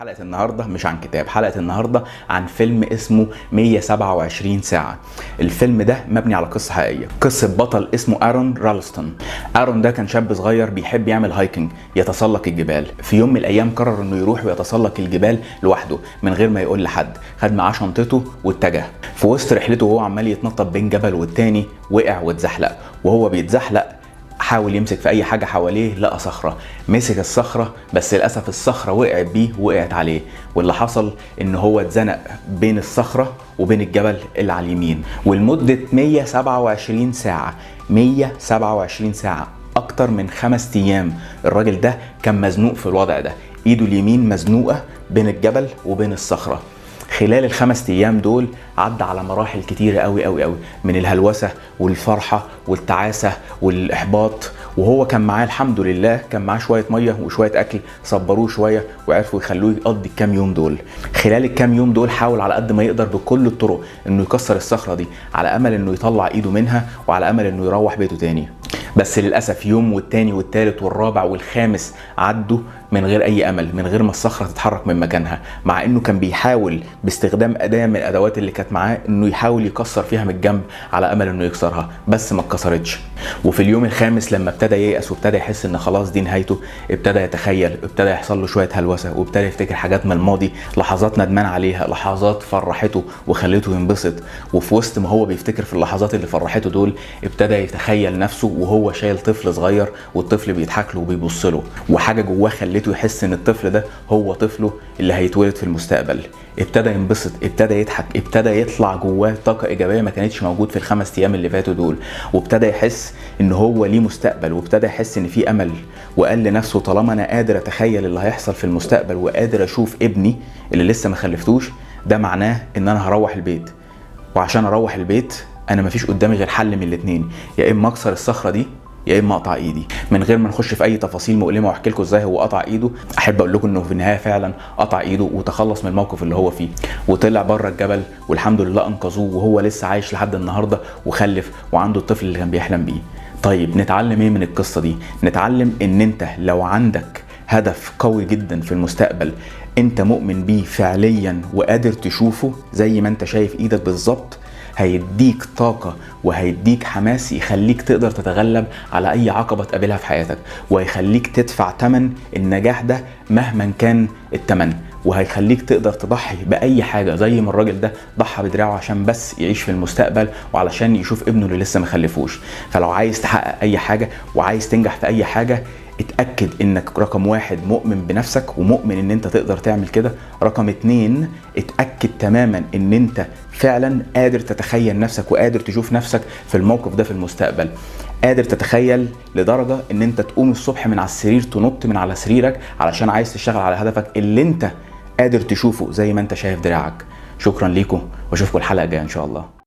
حلقة النهاردة مش عن كتاب، حلقة النهاردة عن فيلم اسمه 127 ساعة. الفيلم ده مبني على قصة حقيقية، قصة بطل اسمه آرون رالستون. آرون ده كان شاب صغير بيحب يعمل هايكنج، يتسلق الجبال. في يوم من الأيام قرر إنه يروح ويتسلق الجبال لوحده من غير ما يقول لحد. خد معاه شنطته واتجه. في وسط رحلته وهو عمال يتنطط بين جبل والتاني وقع واتزحلق، وهو بيتزحلق حاول يمسك في اي حاجه حواليه، لقى صخره، مسك الصخره بس للاسف الصخره وقعت بيه وقعت عليه، واللي حصل ان هو اتزنق بين الصخره وبين الجبل اللي على اليمين. ولمده 127 ساعه 127 ساعه اكتر من 5 ايام الراجل ده كان مزنوق في الوضع ده، ايده اليمين مزنوقه بين الجبل وبين الصخره. خلال ال5 ايام دول عدى على مراحل كتيرة قوي قوي قوي، من الهلوسة والفرحة والتعاسة والإحباط. وهو كان معاه الحمد لله كان معاه شوية مية وشوية أكل، صبروه شوية وعرفوا يخلوه يقضي الكام يوم دول. خلال الكام يوم دول حاول على قد ما يقدر بكل الطرق إنه يكسر الصخرة دي، على أمل إنه يطلع إيده منها وعلى أمل إنه يروح بيته تاني. بس للأسف يوم والتاني والتالت والرابع والخامس عدوا من غير أي أمل، من غير ما الصخرة تتحرك من مكانها، مع إنه كان بيحاول باستخدام أداة من الأدوات اللي كانت معاه إنه يحاول يكسر فيها من الجنب على أمل إنه يكسرها، بس ما اتكسرتش. وفي اليوم الخامس لما ابتدى ييأس وابتدى يحس إن خلاص دي نهايته، ابتدى يتخيل، ابتدى يحصل له شوية هلوسة، وابتدى يفتكر حاجات من الماضي، لحظات ندمان عليها، لحظات فرحته وخلته ينبسط. وفي وسط ما هو بيفتكر في اللحظات اللي فرحته دول، ابتدى يتخيل نفسه وهو شايل طفل صغير، والطفل بيضحك له وبيبص له، وحاجة جواه خلته يحس ان الطفل ده هو طفله اللي هيتولد في المستقبل. ابتدى ينبسط، ابتدى يضحك، ابتدى يطلع جواه طاقة ايجابية ما كانتش موجود في ال5 ايام اللي فاتوا دول، وابتدى يحس ان هو ليه مستقبل، وابتدى يحس ان في امل. وقال لنفسه طالما انا قادر اتخيل اللي هيحصل في المستقبل وقادر اشوف ابني اللي لسه ما خلفتوش، ده معناه ان انا هروح البيت. وعشان اروح البيت انا مفيش قدامي غير حل من الاتنين، يا اما اكسر الصخرة دي يا اما اقطع ايدي. من غير ما نخش في اي تفاصيل مؤلمه واحكي لكم ازاي هو قطع ايده، احب اقول لكم انه في النهايه فعلا قطع ايده وتخلص من الموقف اللي هو فيه، وطلع بره الجبل والحمد لله انقذوه، وهو لسه عايش لحد النهارده وخلف وعنده الطفل اللي كان بيحلم بيه. طيب نتعلم ايه من القصه دي؟ نتعلم ان انت لو عندك هدف قوي جدا في المستقبل انت مؤمن بيه فعليا وقادر تشوفه زي ما انت شايف ايدك بالظبط، هيديك طاقة وهيديك حماس يخليك تقدر تتغلب على أي عقبة تقابلها في حياتك، وهيخليك تدفع تمن النجاح ده مهما كان التمن، وهيخليك تقدر تضحي بأي حاجة زي ما الراجل ده ضحى بدراعه عشان بس يعيش في المستقبل وعلشان يشوف ابنه اللي لسه ما خلفوش. فلو عايز تحقق أي حاجة وعايز تنجح في أي حاجة، اتأكد انك رقم 1 مؤمن بنفسك ومؤمن ان انت تقدر تعمل كده. رقم 2 اتأكد تماما ان انت فعلا قادر تتخيل نفسك وقادر تشوف نفسك في الموقف ده في المستقبل، قادر تتخيل لدرجة ان انت تقوم الصبح من على السرير تنط من على سريرك علشان عايز تشتغل على هدفك اللي انت قادر تشوفه زي ما انت شايف دراعك. شكرا ليكم واشوفكم الحلقة الجاية ان شاء الله.